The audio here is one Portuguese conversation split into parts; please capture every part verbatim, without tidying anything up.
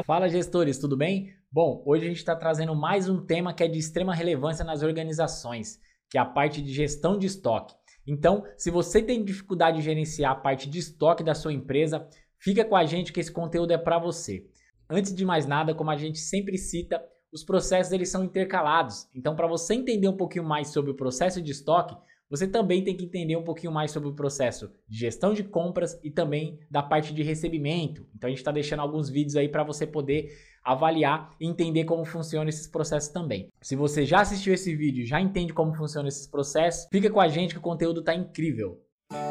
Fala, gestores, tudo bem? Bom, hoje a gente está trazendo mais um tema que é de extrema relevância nas organizações, que é a parte de gestão de estoque. Então, se você tem dificuldade de gerenciar a parte de estoque da sua empresa, fica com a gente que esse conteúdo é para você. Antes de mais nada, como a gente sempre cita, os processos eles são intercalados. Então, para você entender um pouquinho mais sobre o processo de estoque, você também tem que entender um pouquinho mais sobre o processo de gestão de compras e também da parte de recebimento. Então a gente está deixando alguns vídeos aí para você poder avaliar e entender como funcionam esses processos também. Se você já assistiu esse vídeo, já entende como funcionam esses processos, fica com a gente que o conteúdo está incrível.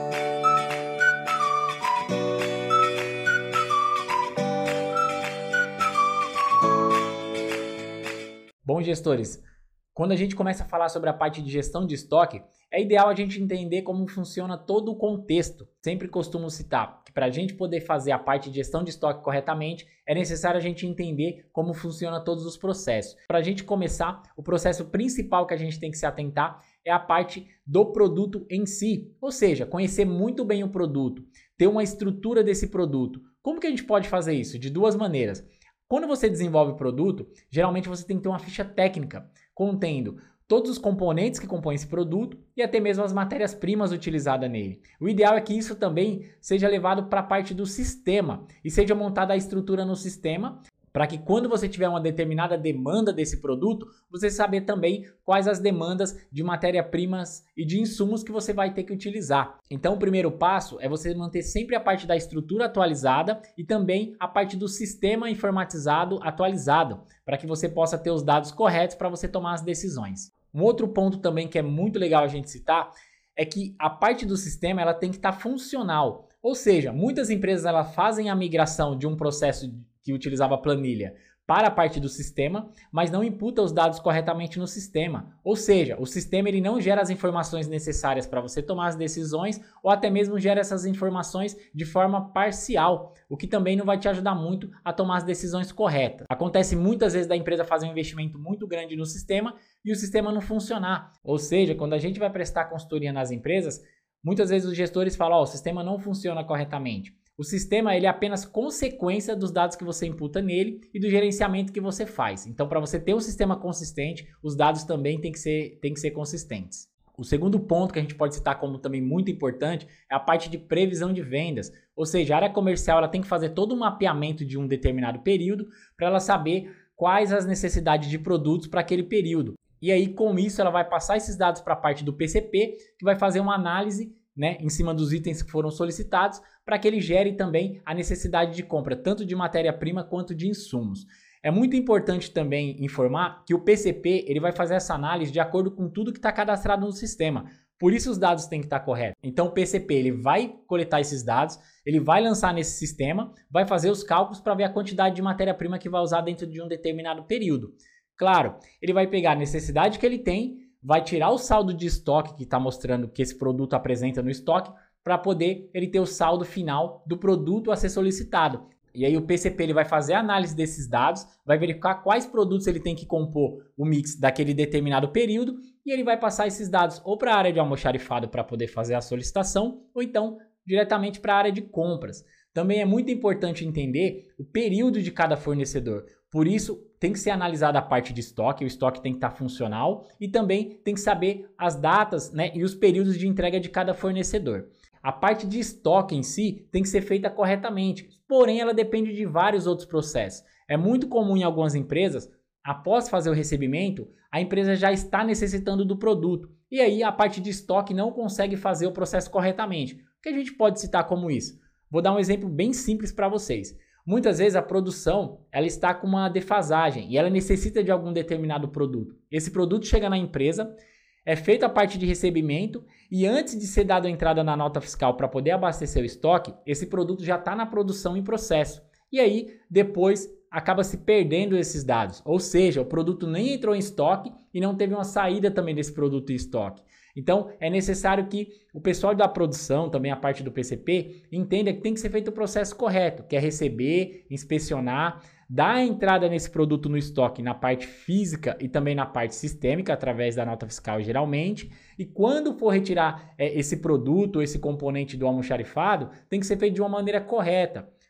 Bom, gestores, quando a gente começa a falar sobre a parte de gestão de estoque, é ideal a gente entender como funciona todo o contexto. Sempre costumo citar que para a gente poder fazer a parte de gestão de estoque corretamente, é necessário a gente entender como funciona todos os processos. Para a gente começar, o processo principal que a gente tem que se atentar é a parte do produto em si. Ou seja, conhecer muito bem o produto, ter uma estrutura desse produto. Como que a gente pode fazer isso? De duas maneiras. Quando você desenvolve o produto, geralmente você tem que ter uma ficha técnica contendo todos os componentes que compõem esse produto e até mesmo as matérias-primas utilizadas nele. O ideal é que isso também seja levado para a parte do sistema e seja montada a estrutura no sistema para que quando você tiver uma determinada demanda desse produto, você saber também quais as demandas de matéria-primas e de insumos que você vai ter que utilizar. Então o primeiro passo é você manter sempre a parte da estrutura atualizada e também a parte do sistema informatizado atualizado, para que você possa ter os dados corretos para você tomar as decisões. Um outro ponto também que é muito legal a gente citar é que a parte do sistema ela tem que estar funcional. Ou seja, muitas empresas elas fazem a migração de um processo que utilizava planilha para a parte do sistema, mas não imputa os dados corretamente no sistema. Ou seja, o sistema ele não gera as informações necessárias para você tomar as decisões ou até mesmo gera essas informações de forma parcial, o que também não vai te ajudar muito a tomar as decisões corretas. Acontece muitas vezes da empresa fazer um investimento muito grande no sistema e o sistema não funcionar. Ou seja, quando a gente vai prestar consultoria nas empresas, muitas vezes os gestores falam, ó, o sistema não funciona corretamente. O sistema ele é apenas consequência dos dados que você imputa nele e do gerenciamento que você faz. Então, para você ter um sistema consistente, os dados também têm que ser, têm que ser consistentes. O segundo ponto que a gente pode citar como também muito importante é a parte de previsão de vendas. Ou seja, a área comercial ela tem que fazer todo um mapeamento de um determinado período para ela saber quais as necessidades de produtos para aquele período. E aí, com isso, ela vai passar esses dados para a parte do P C P, que vai fazer uma análise, né, em cima dos itens que foram solicitados, para que ele gere também a necessidade de compra, tanto de matéria-prima quanto de insumos. É muito importante também informar que o P C P ele vai fazer essa análise de acordo com tudo que está cadastrado no sistema. Por isso os dados têm que estar corretos. Então o P C P ele vai coletar esses dados, ele vai lançar nesse sistema, vai fazer os cálculos para ver a quantidade de matéria-prima que vai usar dentro de um determinado período. Claro, ele vai pegar a necessidade que ele tem, vai tirar o saldo de estoque que está mostrando que esse produto apresenta no estoque para poder ele ter o saldo final do produto a ser solicitado. E aí o P C P ele vai fazer a análise desses dados, vai verificar quais produtos ele tem que compor o mix daquele determinado período e ele vai passar esses dados ou para a área de almoxarifado para poder fazer a solicitação ou então diretamente para a área de compras. Também é muito importante entender o período de cada fornecedor. Por isso, tem que ser analisada a parte de estoque, o estoque tem que estar funcional e também tem que saber as datas, né, e os períodos de entrega de cada fornecedor. A parte de estoque em si tem que ser feita corretamente, porém ela depende de vários outros processos. É muito comum em algumas empresas, após fazer o recebimento, a empresa já está necessitando do produto e aí a parte de estoque não consegue fazer o processo corretamente. O que a gente pode citar como isso? Vou dar um exemplo bem simples para vocês. Muitas vezes a produção ela está com uma defasagem e ela necessita de algum determinado produto. Esse produto chega na empresa, é feita a parte de recebimento e antes de ser dada a entrada na nota fiscal para poder abastecer o estoque, esse produto já está na produção em processo. E aí depois acaba se perdendo esses dados. Ou seja, o produto nem entrou em estoque e não teve uma saída também desse produto em estoque. Então, é necessário que o pessoal da produção, também a parte do P C P, entenda que tem que ser feito o processo correto, que é receber, inspecionar, dar a entrada nesse produto no estoque na parte física e também na parte sistêmica, através da nota fiscal geralmente, e quando for retirar é, esse produto, esse componente do almoxarifado, tem que ser feito de uma maneira correta.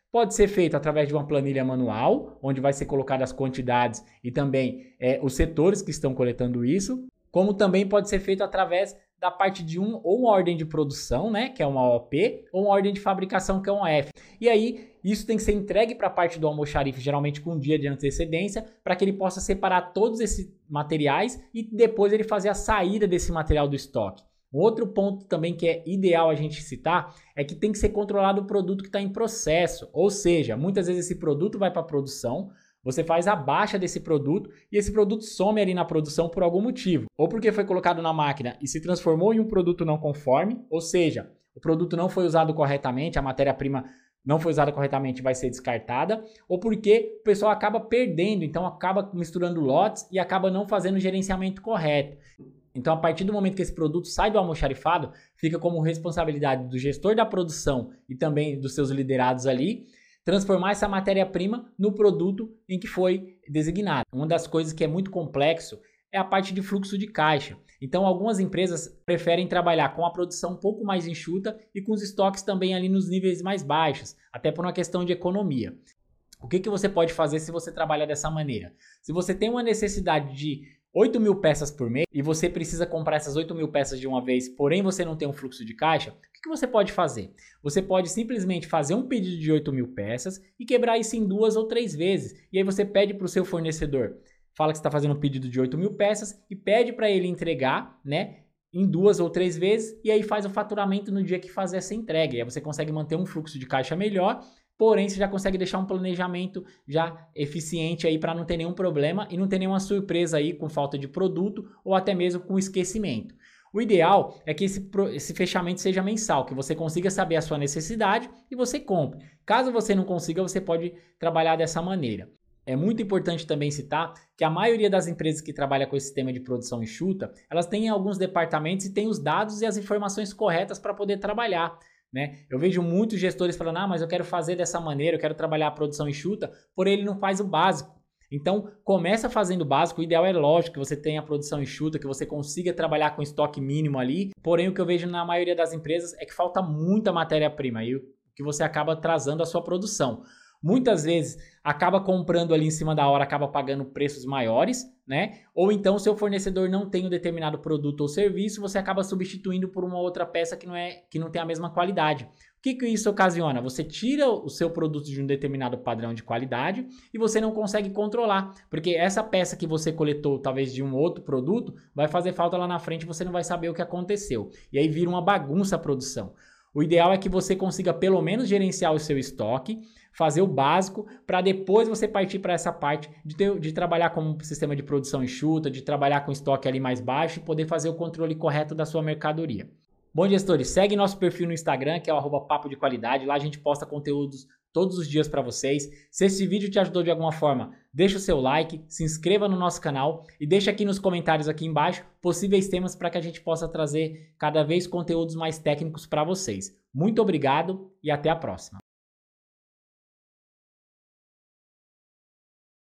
Pode ser feito através de uma planilha manual, onde vai ser colocado as quantidades e também é, os setores que estão coletando isso, como também pode ser feito através da parte de um ou uma ordem de produção, né, que é uma O P, ou uma ordem de fabricação, que é uma F. E aí, isso tem que ser entregue para a parte do almoxarife, geralmente com um dia de antecedência, para que ele possa separar todos esses materiais e depois ele fazer a saída desse material do estoque. Um outro ponto também que é ideal a gente citar é que tem que ser controlado o produto que está em processo, ou seja, muitas vezes esse produto vai para a produção, você faz a baixa desse produto e esse produto some ali na produção por algum motivo. Ou porque foi colocado na máquina e se transformou em um produto não conforme, ou seja, o produto não foi usado corretamente, a matéria-prima não foi usada corretamente, vai ser descartada, ou porque o pessoal acaba perdendo, então acaba misturando lotes e acaba não fazendo o gerenciamento correto. Então, a partir do momento que esse produto sai do almoxarifado, fica como responsabilidade do gestor da produção e também dos seus liderados ali, transformar essa matéria-prima no produto em que foi designado. Uma das coisas que é muito complexo é a parte de fluxo de caixa. Então, algumas empresas preferem trabalhar com a produção um pouco mais enxuta e com os estoques também ali nos níveis mais baixos, até por uma questão de economia. O que, que você pode fazer se você trabalha dessa maneira? Se você tem uma necessidade de oito mil peças por mês e você precisa comprar essas oito mil peças de uma vez, porém você não tem um fluxo de caixa, o que, que você pode fazer? Você pode simplesmente fazer um pedido de oito mil peças e quebrar isso em duas ou três vezes. E aí você pede para o seu fornecedor, fala que está fazendo um pedido de oito mil peças e pede para ele entregar, né, em duas ou três vezes, e aí faz o faturamento no dia que fazer essa entrega. E aí você consegue manter um fluxo de caixa melhor, porém você já consegue deixar um planejamento já eficiente aí para não ter nenhum problema e não ter nenhuma surpresa aí com falta de produto ou até mesmo com esquecimento. O ideal é que esse, esse fechamento seja mensal, que você consiga saber a sua necessidade e você compre. Caso você não consiga, você pode trabalhar dessa maneira. É muito importante também citar que a maioria das empresas que trabalham com esse sistema de produção enxuta, elas têm alguns departamentos e têm os dados e as informações corretas para poder trabalhar, né? Eu vejo muitos gestores falando, ah, mas eu quero fazer dessa maneira, eu quero trabalhar a produção enxuta, porém ele não faz o básico. Então, começa fazendo o básico. O ideal é lógico que você tenha a produção enxuta, que você consiga trabalhar com estoque mínimo ali, porém o que eu vejo na maioria das empresas é que falta muita matéria-prima e o que você acaba atrasando a sua produção. Muitas vezes acaba comprando ali em cima da hora, acaba pagando preços maiores, né? Ou então o seu fornecedor não tem um determinado produto ou serviço, você acaba substituindo por uma outra peça que não, é, que não tem a mesma qualidade. O que, que isso ocasiona? Você tira o seu produto de um determinado padrão de qualidade e você não consegue controlar, porque essa peça que você coletou talvez de um outro produto vai fazer falta lá na frente e você não vai saber o que aconteceu. E aí vira uma bagunça a produção. O ideal é que você consiga pelo menos gerenciar o seu estoque, fazer o básico, para depois você partir para essa parte de, ter, de trabalhar com um sistema de produção enxuta, de trabalhar com estoque ali mais baixo e poder fazer o controle correto da sua mercadoria. Bom, gestores, segue nosso perfil no Instagram, que é o arroba papo de qualidade. Lá a gente posta conteúdos todos os dias para vocês. Se esse vídeo te ajudou de alguma forma, deixa o seu like, se inscreva no nosso canal e deixa aqui nos comentários aqui embaixo possíveis temas para que a gente possa trazer cada vez conteúdos mais técnicos para vocês. Muito obrigado e até a próxima.